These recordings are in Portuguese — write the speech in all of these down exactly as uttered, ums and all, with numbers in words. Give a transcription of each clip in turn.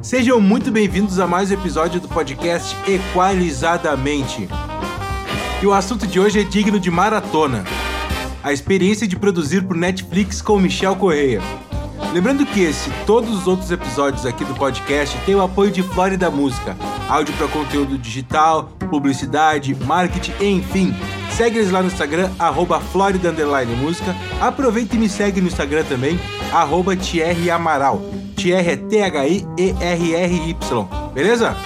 Sejam muito bem-vindos a mais um episódio do podcast Equalizadamente. E o assunto de hoje é digno de maratona. A experiência de produzir por Netflix com Michel Correia. Lembrando que esse e todos os outros episódios aqui do podcast têm o apoio de Flórida Música. Áudio para conteúdo digital, publicidade, marketing, enfim. Segue eles lá no Instagram, arroba Flórida Underline Música. Aproveita e me segue no Instagram também, arroba Thierry Amaral. Thierry é T H I E R R Y, beleza?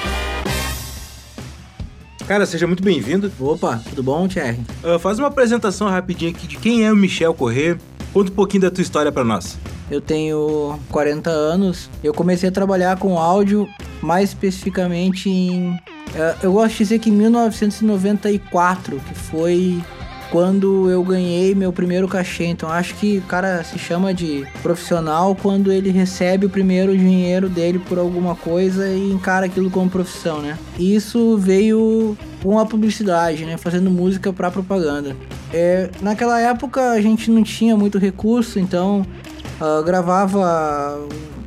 Cara, seja muito bem-vindo. Opa, tudo bom, Thierry? Uh, faz uma apresentação rapidinho aqui de quem é o Michel Correia. Conta um pouquinho da tua história pra nós. Eu tenho quarenta anos. Eu comecei a trabalhar com áudio, mais especificamente em... Uh, eu gosto de dizer que em mil novecentos e noventa e quatro, que foi quando eu ganhei meu primeiro cachê. Então acho que o cara se chama de profissional quando ele recebe o primeiro dinheiro dele por alguma coisa e encara aquilo como profissão, né? E isso veio com a publicidade, né? Fazendo música para propaganda. É, naquela época a gente não tinha muito recurso, então uh, gravava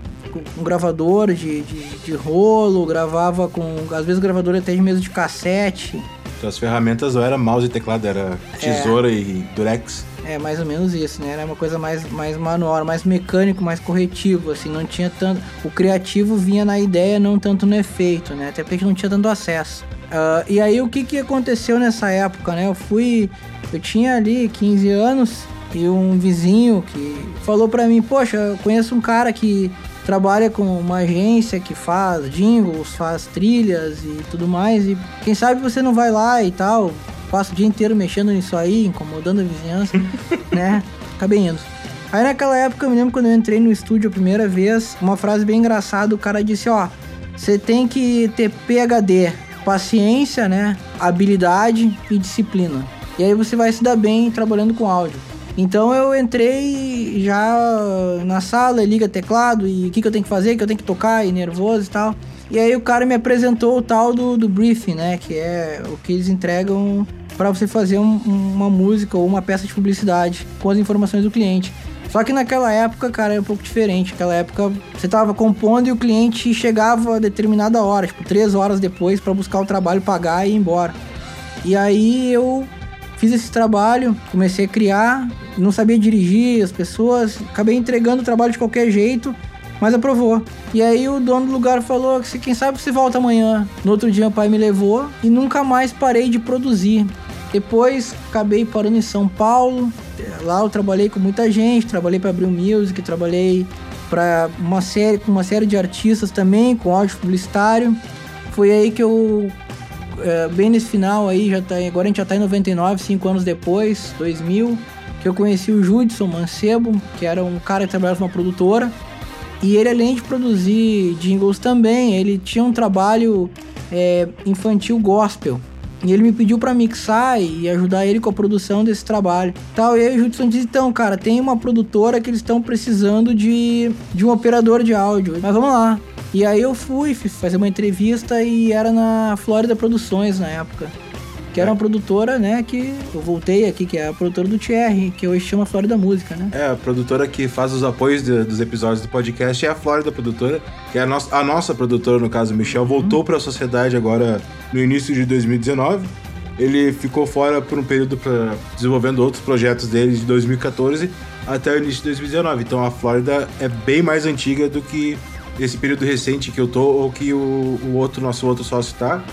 um gravador de, de, de rolo, gravava com, às vezes gravador até de mesa de cassete. Então as ferramentas não era mouse e teclado, era tesoura é, e durex. É, mais ou menos isso, né? Era uma coisa mais, mais manual, mais mecânico, mais corretivo, assim, não tinha tanto... O criativo vinha na ideia, não tanto no efeito, né? Até porque não tinha tanto acesso. Uh, e aí, o que que aconteceu nessa época, né? Eu fui... Eu tinha ali quinze anos e um vizinho que falou pra mim, poxa, eu conheço um cara que trabalha com uma agência que faz jingles, faz trilhas e tudo mais, e quem sabe você não vai lá e tal, passa o dia inteiro mexendo nisso aí, incomodando a vizinhança, né? Acabei indo. Aí naquela época, eu me lembro quando eu entrei no estúdio a primeira vez, uma frase bem engraçada, o cara disse, ó, você tem que ter P H D, paciência, né, habilidade e disciplina. E aí você vai se dar bem trabalhando com áudio. Então eu entrei já na sala, liga teclado e o que, que eu tenho que fazer, que eu tenho que tocar e nervoso e tal. E aí o cara me apresentou o tal do, do briefing, né? Que é o que eles entregam para você fazer um, uma música ou uma peça de publicidade com as informações do cliente. Só que naquela época, cara, era um pouco diferente. Naquela época você tava compondo e o cliente chegava a determinada hora, tipo três horas depois, para buscar o trabalho, pagar e ir embora. E aí eu fiz esse trabalho, comecei a criar, não sabia dirigir as pessoas, acabei entregando o trabalho de qualquer jeito, mas aprovou. E aí o dono do lugar falou que quem sabe você volta amanhã. No outro dia o pai me levou e nunca mais parei de produzir. Depois acabei parando em São Paulo, lá eu trabalhei com muita gente, trabalhei para Abril Music, trabalhei para uma série, com uma série de artistas também, com áudio publicitário. Foi aí que eu... É, bem nesse final aí, já tá, agora a gente já tá em noventa e nove, cinco anos depois, dois mil, que eu conheci o Judson Mancebo, que era um cara que trabalhava numa produtora, e ele, além de produzir jingles também, ele tinha um trabalho é, infantil gospel, e ele me pediu pra mixar e ajudar ele com a produção desse trabalho. Tal, e aí o Judson disse, então, cara, tem uma produtora que eles estão precisando de, de um operador de áudio, mas vamos lá. E aí eu fui, fui fazer uma entrevista e era na Flórida Produções na época. Que era uma produtora, né, que eu voltei aqui, que é a produtora do Thierry, que hoje chama Flórida Música, né? É, a produtora que faz os apoios de, dos episódios do podcast é a Flórida Produtora, que é a nossa, a nossa produtora, no caso, o Michel, voltou uhum. para a sociedade agora no início de dois mil e dezenove. Ele ficou fora por um período pra, desenvolvendo outros projetos dele de dois mil e catorze até o início de dois mil e dezenove. Então a Flórida é bem mais antiga do que esse período recente que eu tô, ou que o, o outro, nosso outro sócio tá.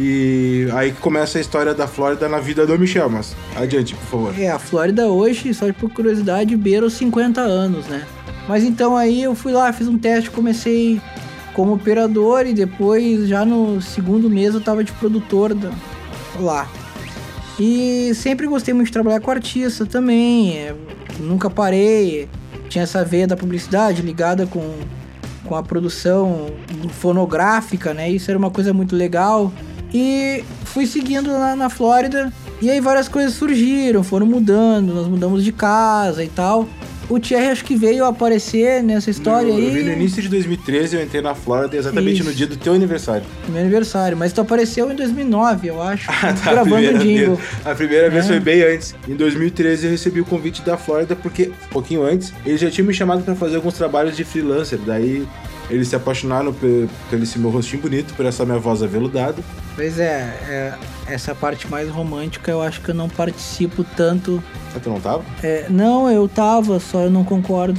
E aí que começa a história da Flórida na vida do Michel, mas adiante, por favor. É, a Flórida hoje, só por curiosidade, beira os cinquenta anos, né? Mas então aí eu fui lá, fiz um teste, comecei como operador e depois, já no segundo mês, eu tava de produtor da, lá. E sempre gostei muito de trabalhar com artista também, é, nunca parei, tinha essa veia da publicidade ligada com... com a produção fonográfica, né? Isso era uma coisa muito legal. E fui seguindo lá na Flórida. E aí várias coisas surgiram, foram mudando. Nós mudamos de casa e tal. O Thierry acho que veio aparecer nessa história eu, aí. Eu vi no início de dois mil e treze, eu entrei na Flórida exatamente Isso. no dia do teu aniversário. Meu aniversário, mas tu apareceu em dois mil e nove, eu acho. Ah, tá, gravando o jingle. A primeira vez é. foi bem antes. Em dois mil e treze eu recebi o convite da Flórida, porque um pouquinho antes eles já tinham me chamado pra fazer alguns trabalhos de freelancer. Daí eles se apaixonaram pelo, pelo esse meu rostinho bonito, por essa minha voz aveludada. Pois é, é, essa parte mais romântica eu acho que eu não participo tanto. Ah, tu não tava? É, não, eu tava, só eu não concordo.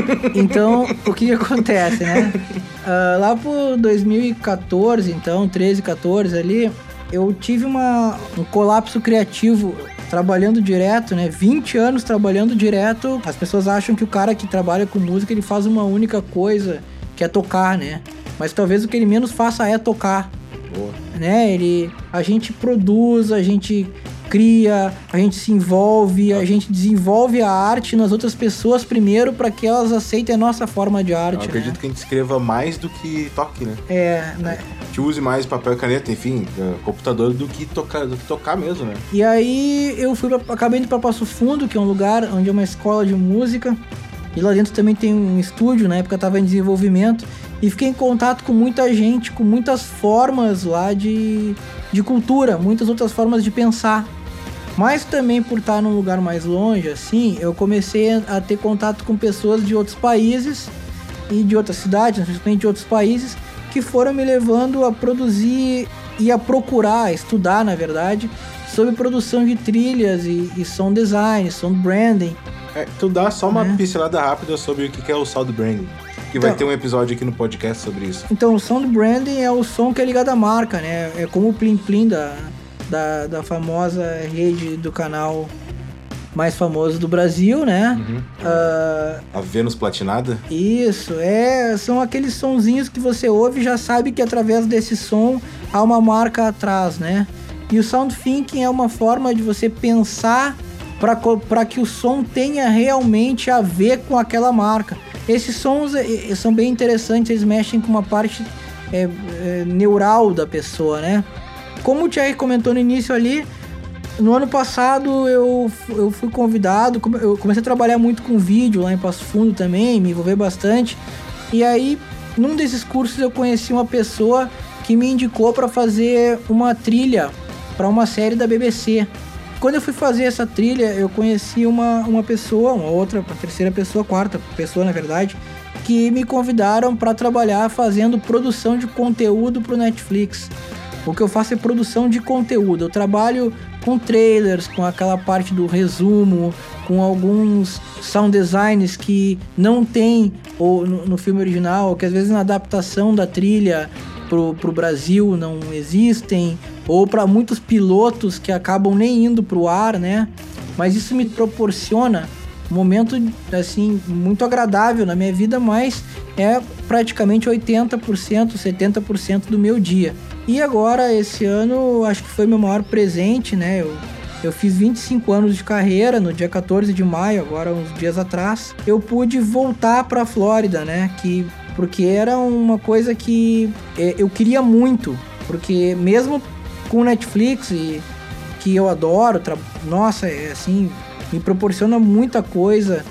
Então, o que, que acontece, né? Uh, lá por dois mil e quatorze, então, treze, quatorze ali, eu tive uma, um colapso criativo trabalhando direto, né? vinte anos trabalhando direto. As pessoas acham que o cara que trabalha com música, ele faz uma única coisa, que é tocar, né? Mas talvez o que ele menos faça é tocar. Boa. Né? Ele, a gente produz, a gente cria, a gente se envolve, a gente desenvolve a arte nas outras pessoas primeiro para que elas aceitem a nossa forma de arte. Eu acredito, né? Que a gente escreva mais do que toque, né? É, né? A gente use mais papel e caneta, enfim, computador do que tocar, do que tocar mesmo, né? E aí eu fui pra, acabei indo para Passo Fundo, que é um lugar onde é uma escola de música. E lá dentro também tem um estúdio, na época estava em desenvolvimento. E fiquei em contato com muita gente, com muitas formas lá de, de cultura, muitas outras formas de pensar. Mas também por estar num lugar mais longe, assim, eu comecei a ter contato com pessoas de outros países e de outras cidades, principalmente de outros países, que foram me levando a produzir e a procurar, a estudar, na verdade, sobre produção de trilhas e, e sound design, sound branding. É, tu dá só uma é. pincelada rápida sobre o que é o sound branding. Que então, vai ter um episódio aqui no podcast sobre isso. Então, o sound branding é o som que é ligado à marca, né? É como o Plim Plim da, da, da famosa rede do canal mais famoso do Brasil, né? Uhum. Uh, a Vênus Platinada? Isso, é, são aqueles sonzinhos que você ouve e já sabe que através desse som há uma marca atrás, né? E o sound thinking é uma forma de você pensar para que o som tenha realmente a ver com aquela marca. Esses sons é, são bem interessantes, eles mexem com uma parte é, é, neural da pessoa, né? Como o Thierry comentou no início ali, no ano passado eu, eu fui convidado, eu comecei a trabalhar muito com vídeo lá em Passo Fundo também, me envolver bastante. E aí, num desses cursos eu conheci uma pessoa que me indicou para fazer uma trilha para uma série da B B C. Quando eu fui fazer essa trilha, eu conheci uma, uma pessoa, uma outra, uma terceira pessoa, quarta pessoa, na verdade, que me convidaram para trabalhar fazendo produção de conteúdo para o Netflix. O que eu faço é produção de conteúdo. Eu trabalho com trailers, com aquela parte do resumo, com alguns sound designs que não tem ou no, no filme original, ou que às vezes na adaptação da trilha pro, pro Brasil não existem, ou para muitos pilotos que acabam nem indo pro ar, né? Mas isso me proporciona um momento, assim, muito agradável na minha vida, mas é praticamente oitenta por cento, setenta por cento do meu dia. E agora, esse ano, acho que foi meu maior presente, né? Eu, eu fiz vinte e cinco anos de carreira no dia quatorze de maio, agora uns dias atrás. Eu pude voltar para a Flórida, né? Que, porque era uma coisa que é, eu queria muito, porque mesmo com Netflix, e, que eu adoro, tra... nossa, é assim, me proporciona muita coisa.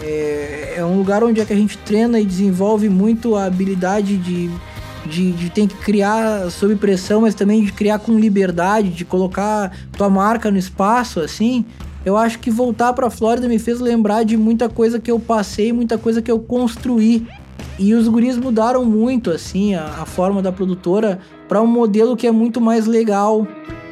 É, é um lugar onde é que a gente treina e desenvolve muito a habilidade de, de, de ter que criar sob pressão, mas também de criar com liberdade, de colocar tua marca no espaço, assim. Eu acho que voltar para a Flórida me fez lembrar de muita coisa que eu passei, muita coisa que eu construí. E os guris mudaram muito, assim, a, a forma da produtora para um modelo que é muito mais legal.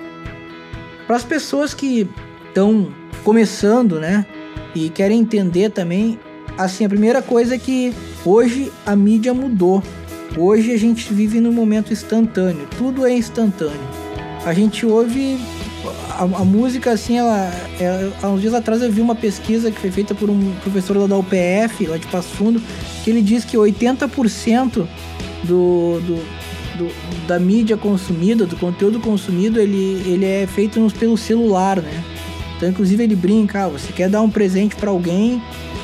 Para as pessoas que estão começando, né, e querem entender também, assim, a primeira coisa é que hoje a mídia mudou. Hoje a gente vive num momento instantâneo, tudo é instantâneo. A gente ouve a, a música, assim, ela, ela, há uns dias atrás eu vi uma pesquisa que foi feita por um professor lá da U P F, lá de Passo Fundo, que ele diz que oitenta por cento do, do, do, da mídia consumida, do conteúdo consumido, ele, ele é feito nos, pelo celular, né? Então, inclusive, ele brinca, ah, você quer dar um presente para alguém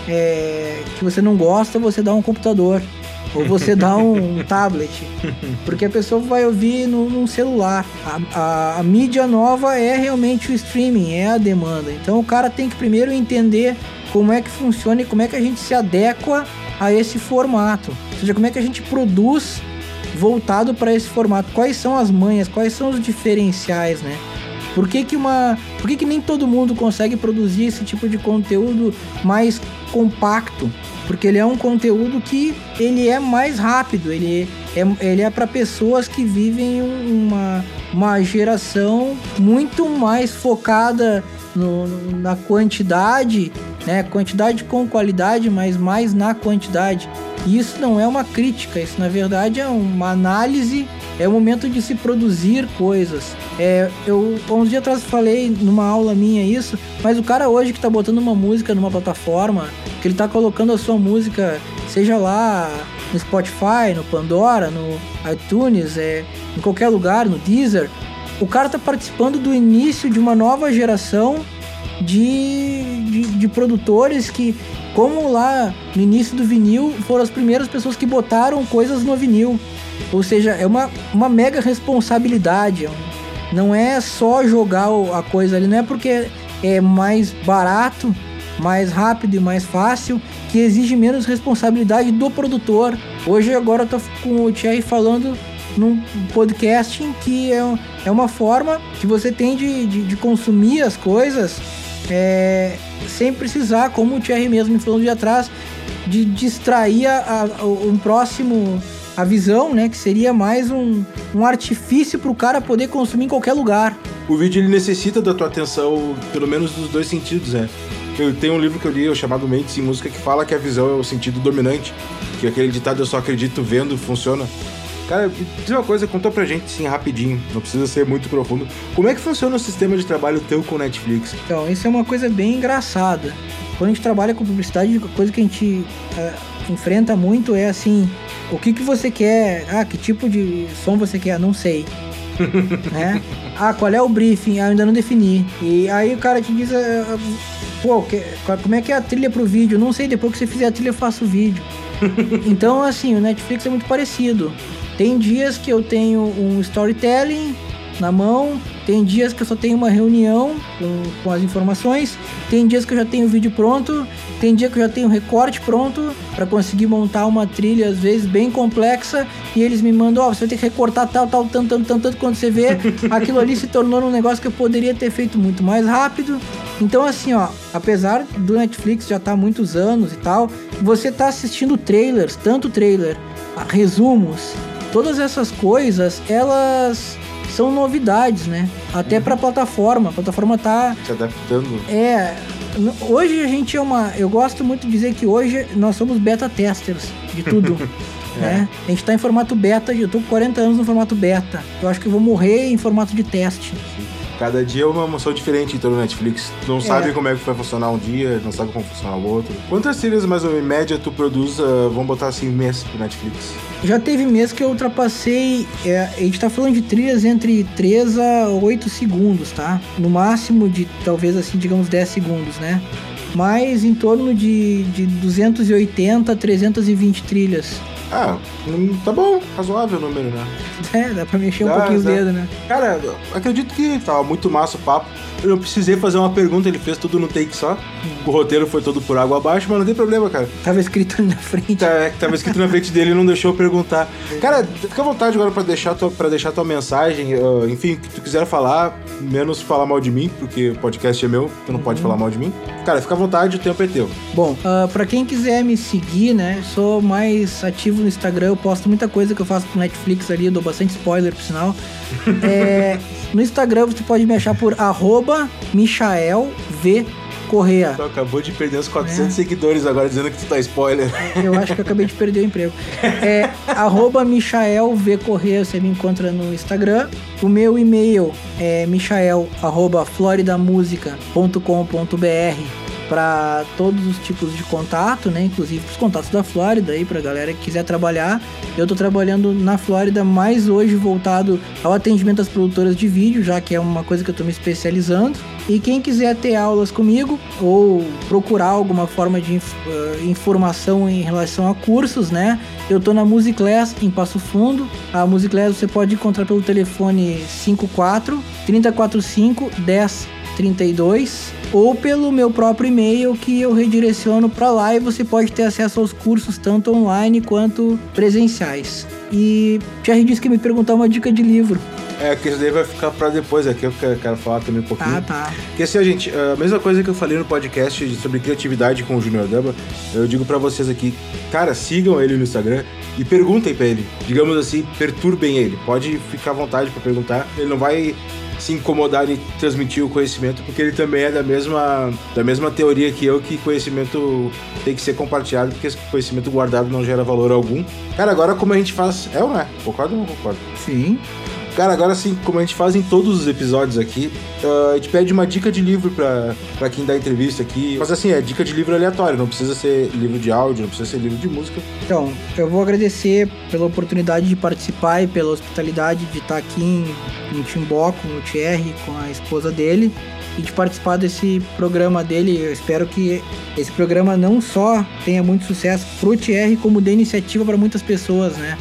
é, que você não gosta, você dá um computador. Ou você dá um, um tablet. Porque a pessoa vai ouvir no, num celular. A, a, a mídia nova é realmente o streaming, é a demanda. Então, o cara tem que primeiro entender como é que funciona e como é que a gente se adequa a esse formato. Ou seja, como é que a gente produz voltado para esse formato. Quais são as manhas, quais são os diferenciais, né? Por que que, uma, por que que nem todo mundo consegue produzir esse tipo de conteúdo mais compacto? porque ele é um conteúdo que ele é mais rápido, ele é, ele é para pessoas que vivem uma, uma geração muito mais focada no, na quantidade, né? Quantidade com qualidade, mas mais na quantidade. E isso não é uma crítica, isso na verdade é uma análise, é o momento de se produzir coisas. É, eu, uns dias atrás falei numa aula minha isso, mas o cara hoje que tá botando uma música numa plataforma, que ele tá colocando a sua música, seja lá no Spotify, no Pandora, no iTunes, é, em qualquer lugar, no Deezer, o cara tá participando do início de uma nova geração de, de, de produtores que, como lá no início do vinil, foram as primeiras pessoas que botaram coisas no vinil. Ou seja, é uma, uma mega responsabilidade. Não é só jogar a coisa ali, não é porque é mais barato, mais rápido e mais fácil que exige menos responsabilidade do produtor. Hoje agora eu tô com o Thierry falando num podcasting que é, é uma forma que você tem de, de, de consumir as coisas é, sem precisar, como o Thierry mesmo me falou de atrás, de distrair a, a, um próximo... a visão, né, que seria mais um, um artifício para o cara poder consumir em qualquer lugar. O vídeo ele necessita da tua atenção, pelo menos dos dois sentidos, né? Eu tenho um livro que eu li, chamado Mentes em Música, que fala que a visão é o sentido dominante, que aquele ditado eu só acredito vendo funciona. Cara, diz uma coisa, contou pra gente assim rapidinho, não precisa ser muito profundo. Como é que funciona o sistema de trabalho teu com Netflix? Então, isso é uma coisa bem engraçada. Quando a gente trabalha com publicidade, a coisa que a gente uh, enfrenta muito é assim, o que que você quer? Ah, que tipo de som você quer? Não sei. Né? Ah, qual é o briefing? Ah, eu ainda não defini. E aí o cara te diz, uh, pô, que, como é que é a trilha pro vídeo? Não sei, depois que você fizer a trilha eu faço o vídeo. Então, assim, o Netflix é muito parecido. Tem dias que eu tenho um storytelling na mão, tem dias que eu só tenho uma reunião com, com as informações, tem dias que eu já tenho o vídeo pronto, tem dia que eu já tenho um recorte pronto para conseguir montar uma trilha, às vezes, bem complexa, e eles me mandam, ó, oh, você vai ter que recortar tal, tal, tanto, tanto, tanto, tanto, quando você vê, aquilo ali se tornou um negócio que eu poderia ter feito muito mais rápido. Então, assim, ó, apesar do Netflix já estar há muitos anos e tal, você tá assistindo trailers, tanto trailer, resumos, todas essas coisas, elas são novidades, né? Até uhum. Pra plataforma. A plataforma tá... se adaptando. É... Hoje a gente é uma... Eu gosto muito de dizer que hoje nós somos beta testers de tudo. É. Né? A gente tá em formato beta. Eu tô com quarenta anos no formato beta. Eu acho que eu vou morrer em formato de teste. Cada dia é uma emoção diferente em todo o Netflix. Tu não é. sabe como é que vai funcionar um dia, não sabe como funcionar o outro. Quantas trilhas, mais ou menos, em média, tu produz, uh, vamos botar assim, mês pro Netflix? Já teve mês que eu ultrapassei... É, a gente tá falando de trilhas entre três a oito segundos, tá? No máximo de, talvez assim, digamos, dez segundos, né? Mas em torno de, de duzentos e oitenta a trezentos e vinte trilhas. Ah, tá bom, razoável o número, né? É, dá pra mexer dá, um pouquinho dá. o dedo, né? Cara, acredito que tava muito massa o papo. Eu não precisei fazer uma pergunta, ele fez tudo no take só. Hum. O roteiro foi todo por água abaixo, mas não tem problema, cara. Tava escrito ali na frente. Tá, é, tava escrito na frente dele e não deixou eu perguntar. Cara, fica à vontade agora pra deixar tua, pra deixar tua mensagem. Uh, enfim, o que tu quiser falar, menos falar mal de mim, porque o podcast é meu, tu não uhum. pode falar mal de mim. Cara, fica à vontade, o tempo é teu. Bom, uh, pra quem quiser me seguir, né, sou mais ativo no Instagram, eu posto muita coisa que eu faço pro Netflix ali, eu dou bastante spoiler, por sinal. é, no Instagram você pode me achar por arroba Michael V. Correa. Tu acabou de perder uns quatrocentos é. seguidores agora dizendo que tu tá spoiler. Eu acho que eu acabei de perder o emprego. É arroba Michael V. Correa, você me encontra no Instagram. O meu e-mail é michael arroba floridamusica ponto com ponto b r para todos os tipos de contato, né? Inclusive os contatos da Flórida aí pra galera que quiser trabalhar. Eu tô trabalhando na Flórida mais hoje voltado ao atendimento das produtoras de vídeo, já que é uma coisa que eu tô me especializando. E quem quiser ter aulas comigo ou procurar alguma forma de inf- uh, informação em relação a cursos, né? Eu tô na Musiclass em Passo Fundo. A Musiclass você pode encontrar pelo telefone cinco quatro, três quatro cinco, um zero trinta e dois ou pelo meu próprio e-mail que eu redireciono para lá e você pode ter acesso aos cursos tanto online quanto presenciais. E já disse que me perguntar uma dica de livro. É, que isso daí vai ficar pra depois, aqui eu quero falar também um pouquinho. Ah, tá. Porque assim, gente, a mesma coisa que eu falei no podcast sobre criatividade com o Junior Dubba, eu digo pra vocês aqui, cara, sigam ele no Instagram e perguntem pra ele. Digamos assim, perturbem ele. Pode ficar à vontade pra perguntar. Ele não vai se incomodar em transmitir o conhecimento, porque ele também é da mesma, da mesma teoria que eu, que conhecimento tem que ser compartilhado, porque esse conhecimento guardado não gera valor algum. Cara, agora como a gente faz... É ou não é? Concorda ou não concorda? Sim. Cara, agora assim, como a gente faz em todos os episódios aqui, uh, a gente pede uma dica de livro pra, pra quem dá entrevista aqui. Mas assim, é dica de livro aleatório, não precisa ser livro de áudio, não precisa ser livro de música. Então, eu vou agradecer pela oportunidade de participar e pela hospitalidade de estar aqui em, em Timbó com o Thierry, com a esposa dele, e de participar desse programa dele. Eu espero que esse programa não só tenha muito sucesso pro Thierry, como dê iniciativa para muitas pessoas, né?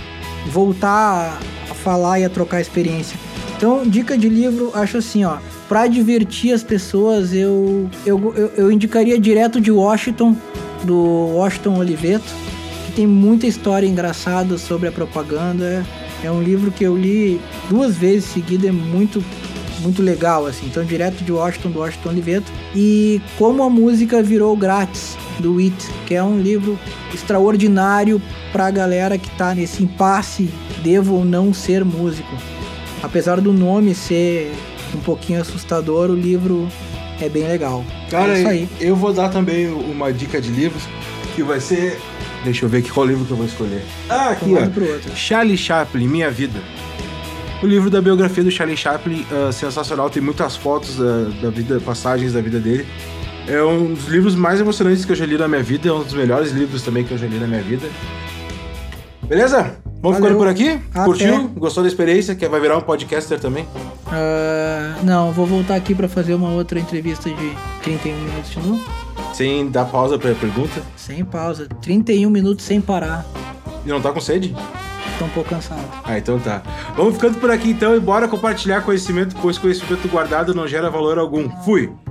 Voltar a falar e a trocar experiência. Então, dica de livro, acho assim, ó, pra divertir as pessoas, eu, eu, eu, eu indicaria direto de Washington, do Washington Oliveto, que tem muita história engraçada sobre a propaganda. É um livro que eu li duas vezes seguida, é muito, muito legal, assim. Então, direto de Washington, do Washington Oliveto. E Como a Música Virou Grátis, do Witt, que é um livro extraordinário pra galera que tá nesse impasse, devo ou não ser músico. Apesar do nome ser um pouquinho assustador, o livro é bem legal. Cara, é isso aí. Eu vou dar também uma dica de livros, que vai ser... Deixa eu ver aqui qual livro que eu vou escolher. Ah, aqui, Um lado ó. pro outro. Charlie Chaplin, Minha Vida. O livro da biografia do Charlie Chaplin, uh, sensacional, tem muitas fotos da, da vida, passagens da vida dele. É um dos livros mais emocionantes que eu já li na minha vida, é um dos melhores livros também que eu já li na minha vida. Beleza? Vamos Valeu. ficando por aqui? Até. Curtiu? Gostou da experiência? Quer vai virar um podcaster também? Uh, não, vou voltar aqui pra fazer uma outra entrevista de trinta e um minutos de novo. Sem dar pausa pra pergunta? Sem pausa. trinta e um minutos sem parar. E não tá com sede? Tô um pouco cansado. Ah, então tá. Vamos ficando por aqui então e bora compartilhar conhecimento, pois conhecimento guardado não gera valor algum. Fui!